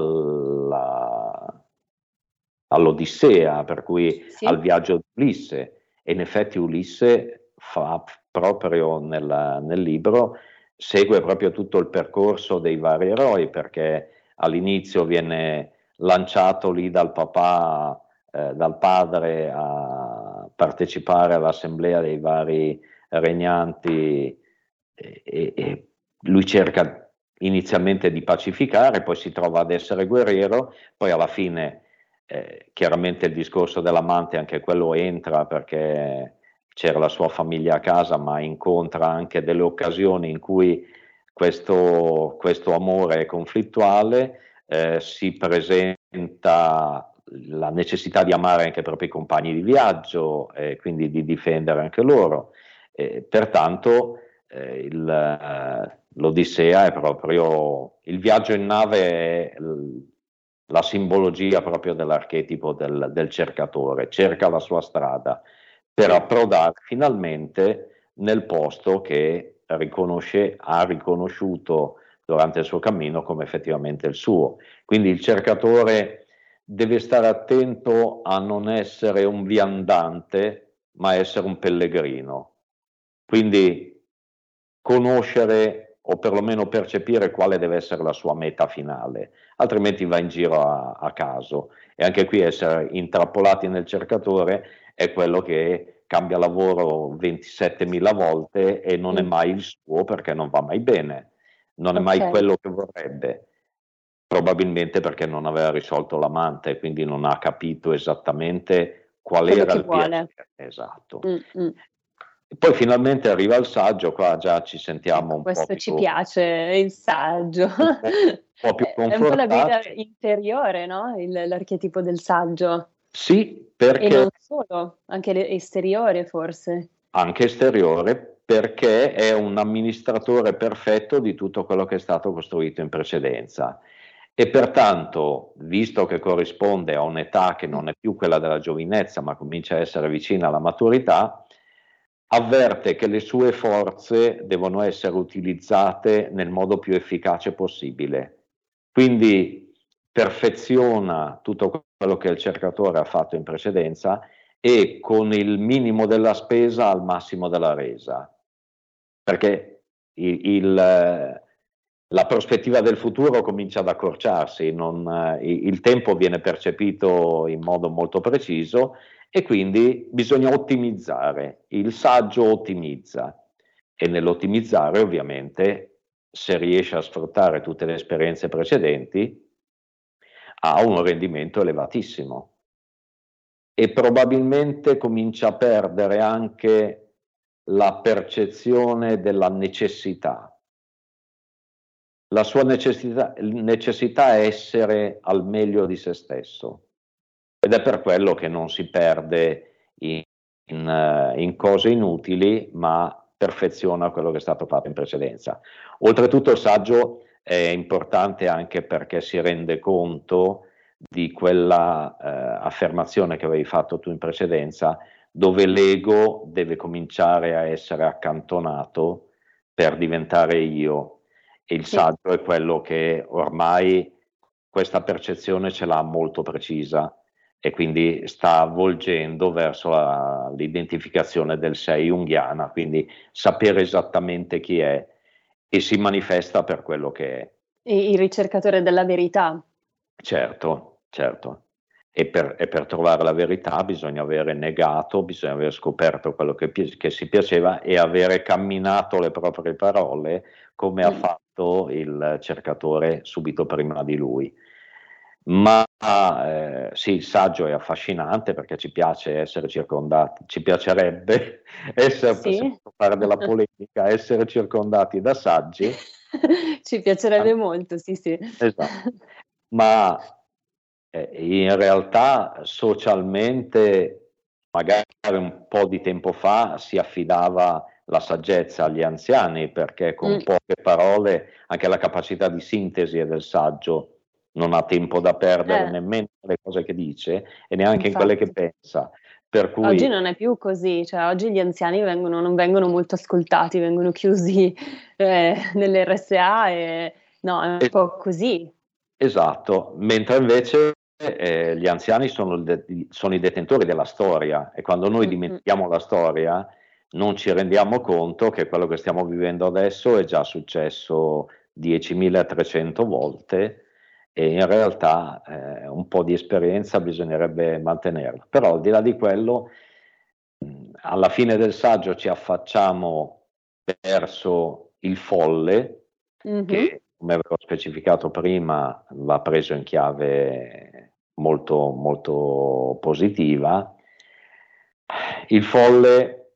alla, all'Odissea, per cui sì. al viaggio di Ulisse, e in effetti Ulisse fa proprio nel, nel libro, segue proprio tutto il percorso dei vari eroi, perché all'inizio viene lanciato lì dal papà, eh, dal padre, a partecipare all'assemblea dei vari regnanti e, e lui cerca inizialmente di pacificare, poi si trova ad essere guerriero, poi alla fine eh, chiaramente il discorso dell'amante anche quello entra, perché c'era la sua famiglia a casa, ma incontra anche delle occasioni in cui questo, questo amore è conflittuale, eh, si presenta la necessità di amare anche i propri compagni di viaggio e quindi di difendere anche loro, eh, pertanto eh, il eh, l'Odissea è proprio il viaggio in nave, è la simbologia proprio dell'archetipo del, del cercatore, cerca la sua strada per approdare finalmente nel posto che riconosce, ha riconosciuto durante il suo cammino come effettivamente il suo. Quindi il cercatore deve stare attento a non essere un viandante, ma essere un pellegrino. Quindi conoscere o perlomeno percepire quale deve essere la sua meta finale, altrimenti va in giro a, a caso. E anche qui essere intrappolati nel cercatore è quello che cambia lavoro ventisettemila volte e non è mai il suo, perché non va mai bene, non è okay. mai quello che vorrebbe, probabilmente perché non aveva risolto l'amante, quindi non ha capito esattamente qual quello era il vuole. piacere. Esatto. Mm-hmm. E poi finalmente arriva il saggio, qua già ci sentiamo un Questo po' Questo più, ci piace, il saggio. Un po', un po' più è un po' la vita interiore, no? Il, l'archetipo del saggio. Sì, perché... E non solo, anche l'esteriore forse. anche esteriore, perché è un amministratore perfetto di tutto quello che è stato costruito in precedenza. E pertanto, visto che corrisponde a un'età che non è più quella della giovinezza, ma comincia a essere vicina alla maturità, avverte che le sue forze devono essere utilizzate nel modo più efficace possibile. Quindi perfeziona tutto quello che il cercatore ha fatto in precedenza e con il minimo della spesa al massimo della resa. Perché il, il, la prospettiva del futuro comincia ad accorciarsi, non, il tempo viene percepito in modo molto preciso e quindi bisogna ottimizzare. Il saggio ottimizza e nell'ottimizzare ovviamente, se riesce a sfruttare tutte le esperienze precedenti, ha un rendimento elevatissimo e probabilmente comincia a perdere anche la percezione della necessità. La sua necessità, necessità è essere al meglio di se stesso. Ed è per quello che non si perde in, in, in cose inutili, ma perfeziona quello che è stato fatto in precedenza. Oltretutto il saggio è importante anche perché si rende conto di quella eh, affermazione che avevi fatto tu in precedenza, dove l'ego deve cominciare a essere accantonato per diventare io. E il saggio è quello che ormai questa percezione ce l'ha molto precisa e quindi sta volgendo verso la, l'identificazione del sé junghiana, quindi sapere esattamente chi è e si manifesta per quello che è. E il ricercatore della verità. Certo, certo. E per, e per trovare la verità bisogna avere negato, bisogna aver scoperto quello che, che si piaceva e avere camminato le proprie parole come mm. ha fatto il cercatore subito prima di lui. Ma eh, sì, il saggio è affascinante perché ci piace essere circondati, ci piacerebbe essere, sì. per fare della polemica, essere circondati da saggi. Ci piacerebbe ah. molto, sì, sì. Esatto. Ma eh, in realtà socialmente, magari un po' di tempo fa, si affidava la saggezza agli anziani perché con mm. poche parole anche la capacità di sintesi è del saggio. Non ha tempo da perdere eh. nemmeno le cose che dice e neanche Infatti. in quelle che pensa. Per cui... Oggi non è più così, cioè oggi gli anziani vengono, non vengono molto ascoltati, vengono chiusi eh, nell'R S A e no, è un es- po' così. Esatto, mentre invece eh, gli anziani sono, de- sono i detentori della storia e quando noi mm-hmm. dimentichiamo la storia non ci rendiamo conto che quello che stiamo vivendo adesso è già successo diecimilatrecento volte. E in realtà eh, un po' di esperienza bisognerebbe mantenerla. Però al di là di quello, mh, alla fine del saggio ci affacciamo verso il folle, mm-hmm. che come avevo specificato prima va preso in chiave molto, molto positiva. Il folle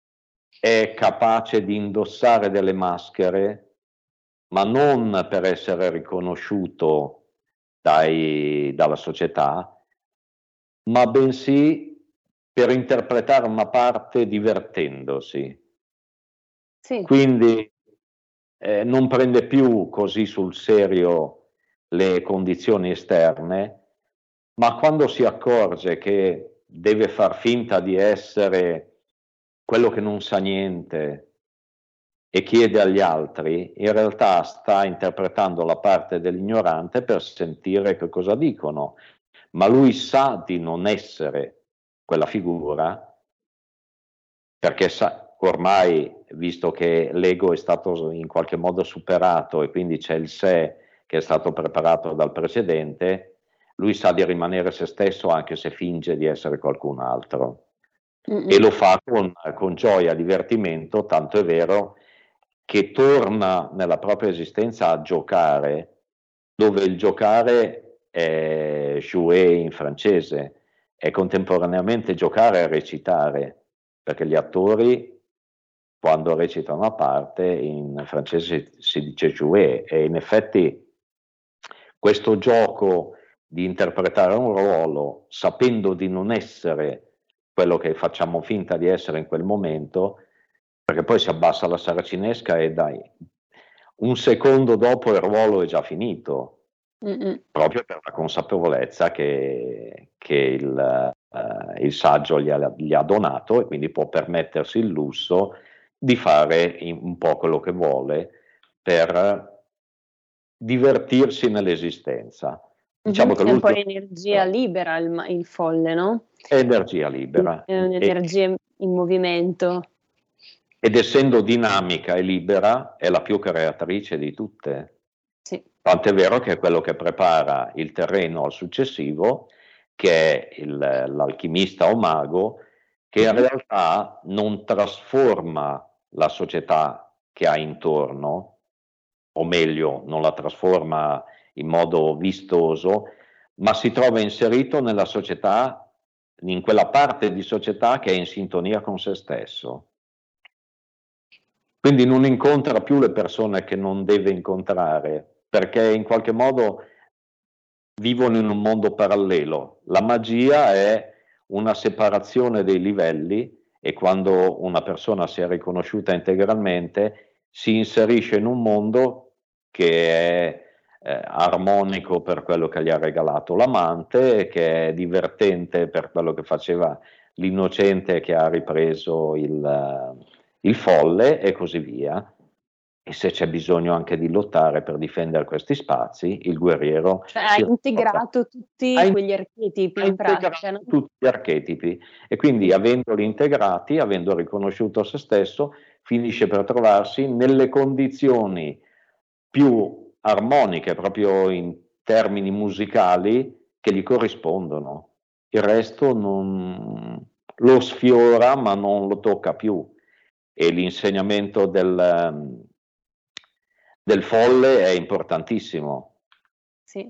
è capace di indossare delle maschere, ma non per essere riconosciuto Dai, dalla società, ma bensì per interpretare una parte divertendosi. Sì. Quindi eh, non prende più così sul serio le condizioni esterne, ma quando si accorge che deve far finta di essere quello che non sa niente e chiede agli altri, in realtà sta interpretando la parte dell'ignorante per sentire che cosa dicono, ma lui sa di non essere quella figura, perché sa, ormai, visto che l'ego è stato in qualche modo superato e quindi c'è il sé che è stato preparato dal precedente, lui sa di rimanere se stesso anche se finge di essere qualcun altro. Mm-hmm. E lo fa con, con gioia, divertimento, tanto è vero che torna nella propria esistenza a giocare, dove il giocare è jouer in francese, e contemporaneamente giocare è recitare, perché gli attori quando recitano una parte in francese si dice jouer, e in effetti questo gioco di interpretare un ruolo sapendo di non essere quello che facciamo finta di essere in quel momento, perché poi si abbassa la saracinesca e dai, un secondo dopo il ruolo è già finito, Mm-mm. proprio per la consapevolezza che, che il, uh, il saggio gli ha, gli ha donato, e quindi può permettersi il lusso di fare in, un po' quello che vuole per divertirsi nell'esistenza. Diciamo mm-hmm. Che è un po' energia libera il, il folle, no? Energia libera. È un'energia e, in movimento. Ed essendo dinamica e libera, è la più creatrice di tutte. Sì. Tant'è vero che è quello che prepara il terreno al successivo, che è il, l'alchimista o mago, che in realtà non trasforma la società che ha intorno, o meglio, non la trasforma in modo vistoso, ma si trova inserito nella società, in quella parte di società che è in sintonia con se stesso. Quindi non incontra più le persone che non deve incontrare, perché in qualche modo vivono in un mondo parallelo. La magia è una separazione dei livelli, e quando una persona si è riconosciuta integralmente si inserisce in un mondo che è eh, armonico per quello che gli ha regalato l'amante, che è divertente per quello che faceva l'innocente che ha ripreso il, il folle, e così via. E se c'è bisogno anche di lottare per difendere questi spazi, il guerriero cioè, ha integrato tutti ha quegli archetipi in pratica, no? Tutti gli archetipi, e quindi avendoli integrati, avendo riconosciuto se stesso, finisce per trovarsi nelle condizioni più armoniche, proprio in termini musicali, che gli corrispondono. Il resto non lo sfiora, ma non lo tocca più. E l'insegnamento del, del folle è importantissimo. Sì.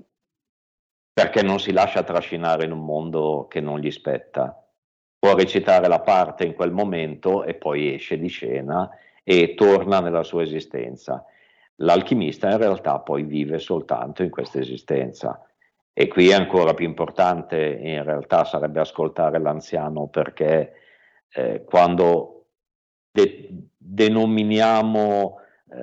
Perché non si lascia trascinare in un mondo che non gli spetta. Può recitare la parte in quel momento e poi esce di scena e torna nella sua esistenza. L'alchimista in realtà poi vive soltanto in questa esistenza. E qui è ancora più importante, in realtà, sarebbe ascoltare l'anziano, perché eh, quando de- denominiamo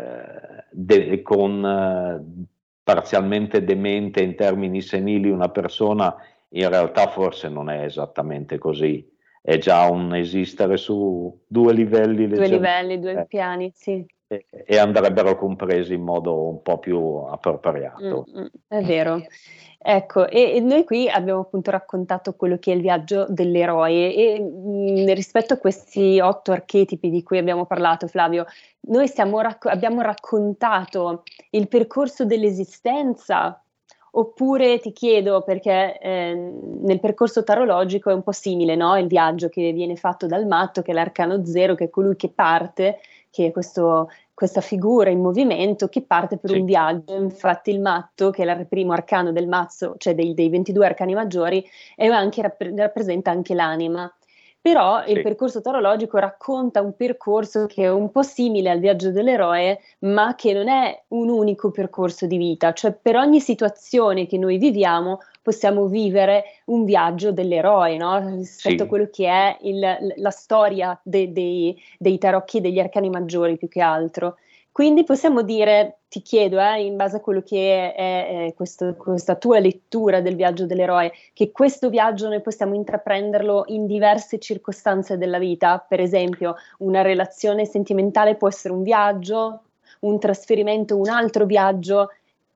eh, de- con eh, parzialmente demente in termini senili una persona, in realtà forse non è esattamente così, è già un esistere su due livelli, due livelli, due piani, sì. E, e andrebbero compresi in modo un po' più appropriato. Mm, mm, è vero. Ecco, e, e noi qui abbiamo appunto raccontato quello che è il viaggio dell'eroe, e mh, rispetto a questi otto archetipi di cui abbiamo parlato, Flavio, noi stiamo racc- abbiamo raccontato il percorso dell'esistenza, oppure ti chiedo, perché eh, nel percorso tarologico è un po' simile, no? Il viaggio che viene fatto dal matto, che è l'arcano zero, che è colui che parte, che è questo, questa figura in movimento che parte per sì. un viaggio. Infatti il matto, che è il primo arcano del mazzo, cioè dei, dei ventidue arcani maggiori, è anche, rapp- rappresenta anche l'anima. Però sì. il percorso tarologico racconta un percorso che è un po' simile al viaggio dell'eroe, ma che non è un unico percorso di vita, cioè per ogni situazione che noi viviamo possiamo vivere un viaggio dell'eroe, no? Rispetto sì. a quello che è il, la storia de, dei, dei tarocchi e degli arcani maggiori, più che altro. Quindi possiamo dire, ti chiedo, eh, in base a quello che è, è questo, questa tua lettura del viaggio dell'eroe, che questo viaggio noi possiamo intraprenderlo in diverse circostanze della vita. Per esempio, una relazione sentimentale può essere un viaggio, un trasferimento, un altro viaggio,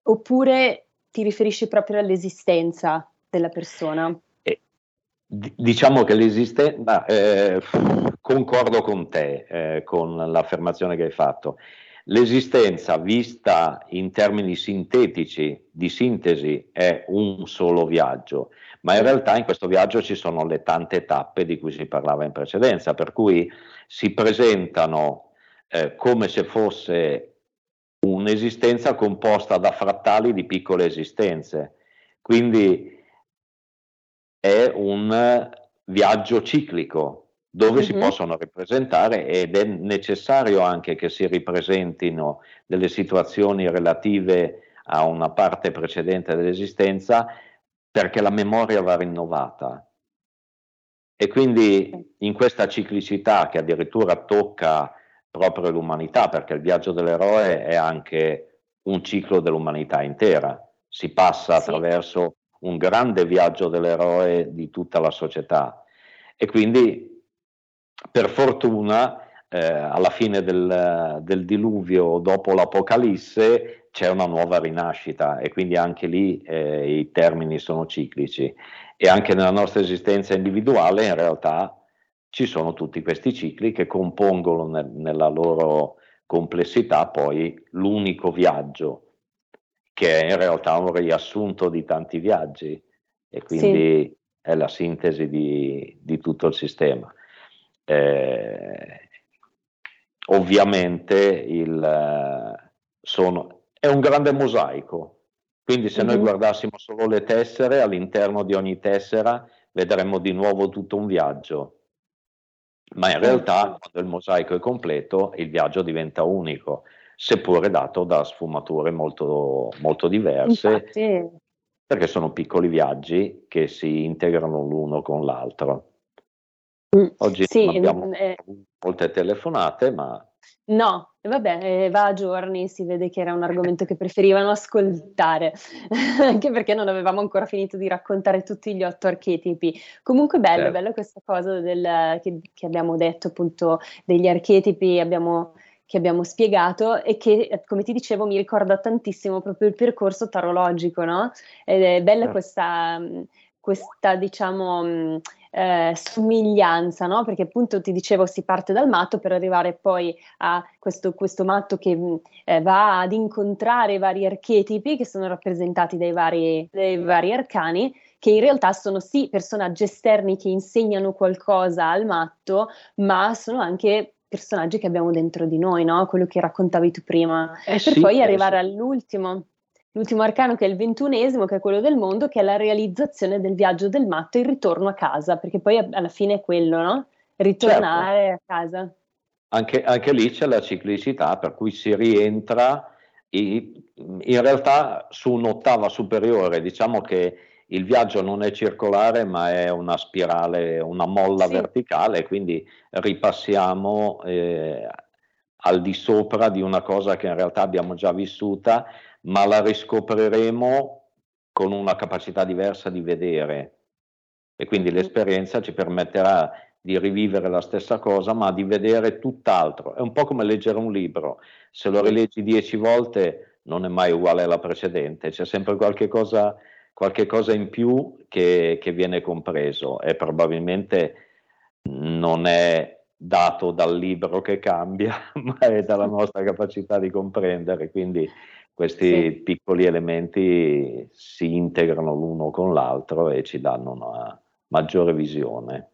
oppure ti riferisci proprio all'esistenza della persona? Eh, d- diciamo che l'esistenza, eh, concordo con te, eh, con l'affermazione che hai fatto. L'esistenza vista in termini sintetici, di sintesi, è un solo viaggio, ma in realtà in questo viaggio ci sono le tante tappe di cui si parlava in precedenza, per cui si presentano eh, come se fosse un'esistenza composta da frattali di piccole esistenze, quindi è un viaggio ciclico, dove uh-huh. si possono ripresentare, ed è necessario anche che si ripresentino delle situazioni relative a una parte precedente dell'esistenza, perché la memoria va rinnovata. E quindi in questa ciclicità che addirittura tocca proprio l'umanità, perché il viaggio dell'eroe è anche un ciclo dell'umanità intera, si passa Sì. attraverso un grande viaggio dell'eroe di tutta la società, e quindi per fortuna eh, alla fine del, del diluvio, dopo l'Apocalisse, c'è una nuova rinascita, e quindi anche lì eh, i termini sono ciclici, e anche nella nostra esistenza individuale in realtà ci sono tutti questi cicli che compongono nel, nella loro complessità poi l'unico viaggio, che è in realtà un riassunto di tanti viaggi, e quindi sì, è la sintesi di, di tutto il sistema. Eh, ovviamente il, sono, è un grande mosaico, quindi se mm-hmm. noi guardassimo solo le tessere, all'interno di ogni tessera vedremo di nuovo tutto un viaggio, ma in realtà quando il mosaico è completo il viaggio diventa unico, seppure dato da sfumature molto, molto diverse. Infatti, perché sono piccoli viaggi che si integrano l'uno con l'altro. Oggi sì, non abbiamo eh, molte telefonate, ma... No, vabbè, eh, va a giorni, si vede che era un argomento che preferivano ascoltare, anche perché non avevamo ancora finito di raccontare tutti gli otto archetipi. Comunque bello, Certo. bello questa cosa del, che, che abbiamo detto, appunto, degli archetipi abbiamo, che abbiamo spiegato, e che, come ti dicevo, mi ricorda tantissimo proprio il percorso tarologico, no? Ed è bella Certo. questa, questa, diciamo... Eh, somiglianza, no? Perché appunto ti dicevo si parte dal matto per arrivare poi a questo, questo matto che eh, va ad incontrare i vari archetipi che sono rappresentati dai vari, dai vari arcani, che in realtà sono sì personaggi esterni che insegnano qualcosa al matto, ma sono anche personaggi che abbiamo dentro di noi, no? Quello che raccontavi tu prima, eh per sì, poi eh arrivare sì. all'ultimo. L'ultimo arcano, che è il ventunesimo, che è quello del mondo, che è la realizzazione del viaggio del matto, il ritorno a casa, perché poi alla fine è quello, no? Ritornare certo. a casa. Anche, anche lì c'è la ciclicità, per cui si rientra in, in realtà su un'ottava superiore. Diciamo che il viaggio non è circolare, ma è una spirale, una molla sì. verticale, quindi ripassiamo eh, al di sopra di una cosa che in realtà abbiamo già vissuta, ma la riscopriremo con una capacità diversa di vedere, e quindi mm-hmm. l'esperienza ci permetterà di rivivere la stessa cosa, ma di vedere tutt'altro. È un po' come leggere un libro: se lo rileggi dieci volte non è mai uguale alla precedente, c'è sempre qualche cosa, qualche cosa in più che, che viene compreso, e probabilmente non è dato dal libro che cambia, ma è dalla nostra capacità di comprendere. Quindi questi sì. piccoli elementi si integrano l'uno con l'altro e ci danno una maggiore visione.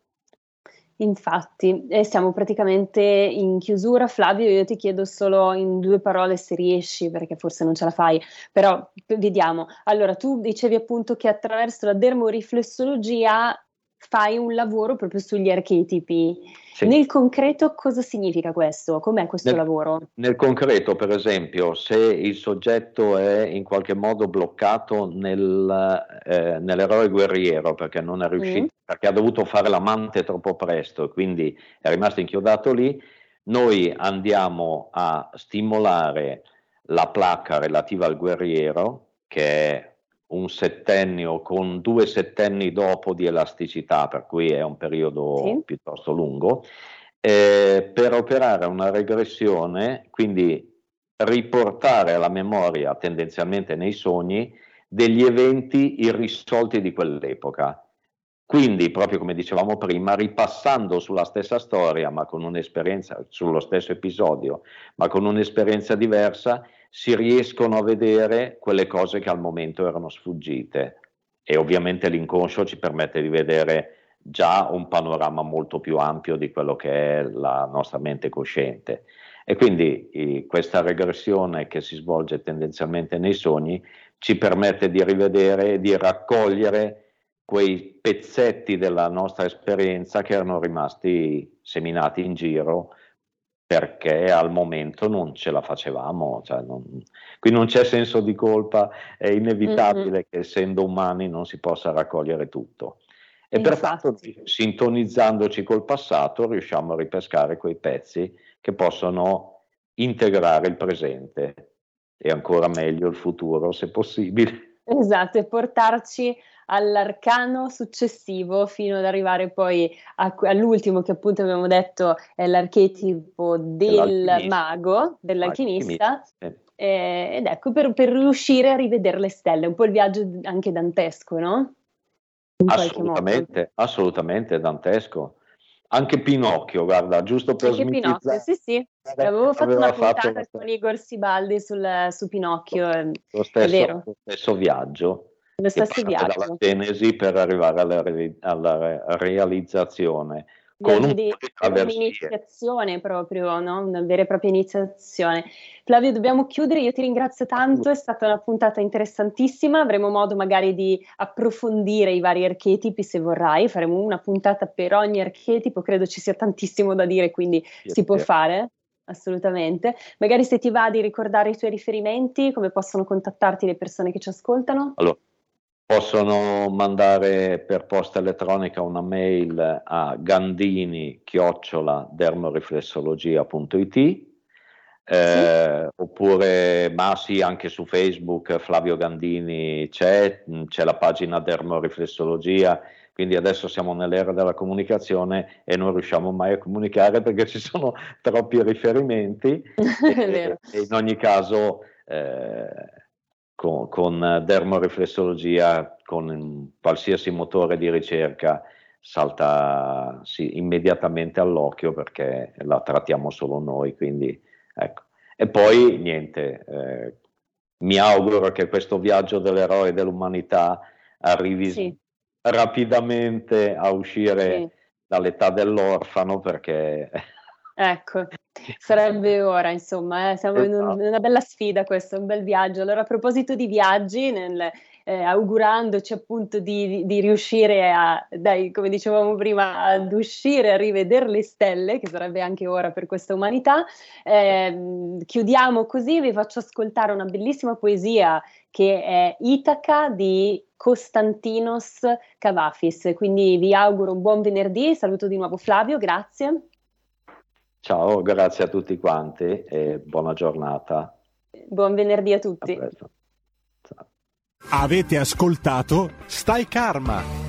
Infatti, eh, siamo praticamente in chiusura. Flavio, io ti chiedo solo in due parole, se riesci, perché forse non ce la fai, però vediamo. Allora, tu dicevi appunto che attraverso la dermoriflessologia fai un lavoro proprio sugli archetipi. Sì. Nel concreto cosa significa questo? Com'è questo nel, lavoro? Nel concreto, per esempio, se il soggetto è in qualche modo bloccato nel, eh, nell'eroe guerriero, perché non è riuscito, mm. perché ha dovuto fare l'amante troppo presto e quindi è rimasto inchiodato lì, noi andiamo a stimolare la placca relativa al guerriero, che è un settennio con due settenni dopo di elasticità, per cui è un periodo sì. piuttosto lungo, eh, per operare una regressione, quindi riportare alla memoria, tendenzialmente nei sogni, degli eventi irrisolti di quell'epoca. Quindi, proprio come dicevamo prima, ripassando sulla stessa storia, ma con un'esperienza, sullo stesso episodio, ma con un'esperienza diversa, si riescono a vedere quelle cose che al momento erano sfuggite, e ovviamente l'inconscio ci permette di vedere già un panorama molto più ampio di quello che è la nostra mente cosciente. E quindi eh, questa regressione che si svolge tendenzialmente nei sogni ci permette di rivedere e di raccogliere quei pezzetti della nostra esperienza che erano rimasti seminati in giro perché al momento non ce la facevamo, cioè non, qui non c'è senso di colpa, è inevitabile mm-hmm. che essendo umani non si possa raccogliere tutto. E Infatti. pertanto, sintonizzandoci col passato, riusciamo a ripescare quei pezzi che possono integrare il presente e ancora meglio il futuro, se possibile. Esatto, e portarci all'arcano successivo fino ad arrivare poi a, all'ultimo, che appunto abbiamo detto è l'archetipo del mago, dell'alchimista, eh. eh, ed ecco, per, per riuscire a rivedere le stelle, un po' il viaggio anche dantesco, no? In assolutamente, assolutamente dantesco. Anche Pinocchio, guarda, giusto per anche Pinocchio, sì sì, avevo fatto una puntata fatto con Igor Sibaldi sul, su Pinocchio, lo stesso, è vero. Lo stesso viaggio, lo stesso viaggio dalla genesi per arrivare alla, re, alla realizzazione, con un di un'iniziazione proprio, no? Una vera e propria iniziazione. Flavio, dobbiamo chiudere, io ti ringrazio tanto, è stata una puntata interessantissima, avremo modo magari di approfondire i vari archetipi se vorrai, faremo una puntata per ogni archetipo, credo ci sia tantissimo da dire, quindi sì, si può sì. fare, assolutamente. Magari se ti va di ricordare i tuoi riferimenti, come possono contattarti le persone che ci ascoltano? Allora, possono mandare per posta elettronica una mail a gandini chiocciola dermoriflessologia punto it, eh, sì. oppure, ma sì, anche su Facebook Flavio Gandini c'è, c'è la pagina Dermoriflessologia, quindi adesso siamo nell'era della comunicazione e non riusciamo mai a comunicare perché ci sono troppi riferimenti e, e in ogni caso eh, Con, con dermoriflessologia, con qualsiasi motore di ricerca, salta sì, immediatamente all'occhio perché la trattiamo solo noi, quindi ecco. E poi niente, eh, mi auguro che questo viaggio dell'eroe dell'umanità arrivi sì. rapidamente a uscire sì. dall'età dell'orfano, perché... Ecco, sarebbe ora, insomma, eh, siamo in, un, in una bella sfida, questo è un bel viaggio. Allora, a proposito di viaggi, nel, eh, augurandoci appunto di, di, di riuscire a, dai, come dicevamo prima, ad uscire a rivedere le stelle, che sarebbe anche ora per questa umanità, eh, chiudiamo così, vi faccio ascoltare una bellissima poesia che è Itaca di Konstantinos Kavafis, quindi vi auguro un buon venerdì, saluto di nuovo Flavio, grazie. Ciao, grazie a tutti quanti e buona giornata. Buon venerdì a tutti. A presto. Ciao. Avete ascoltato Stai Karma.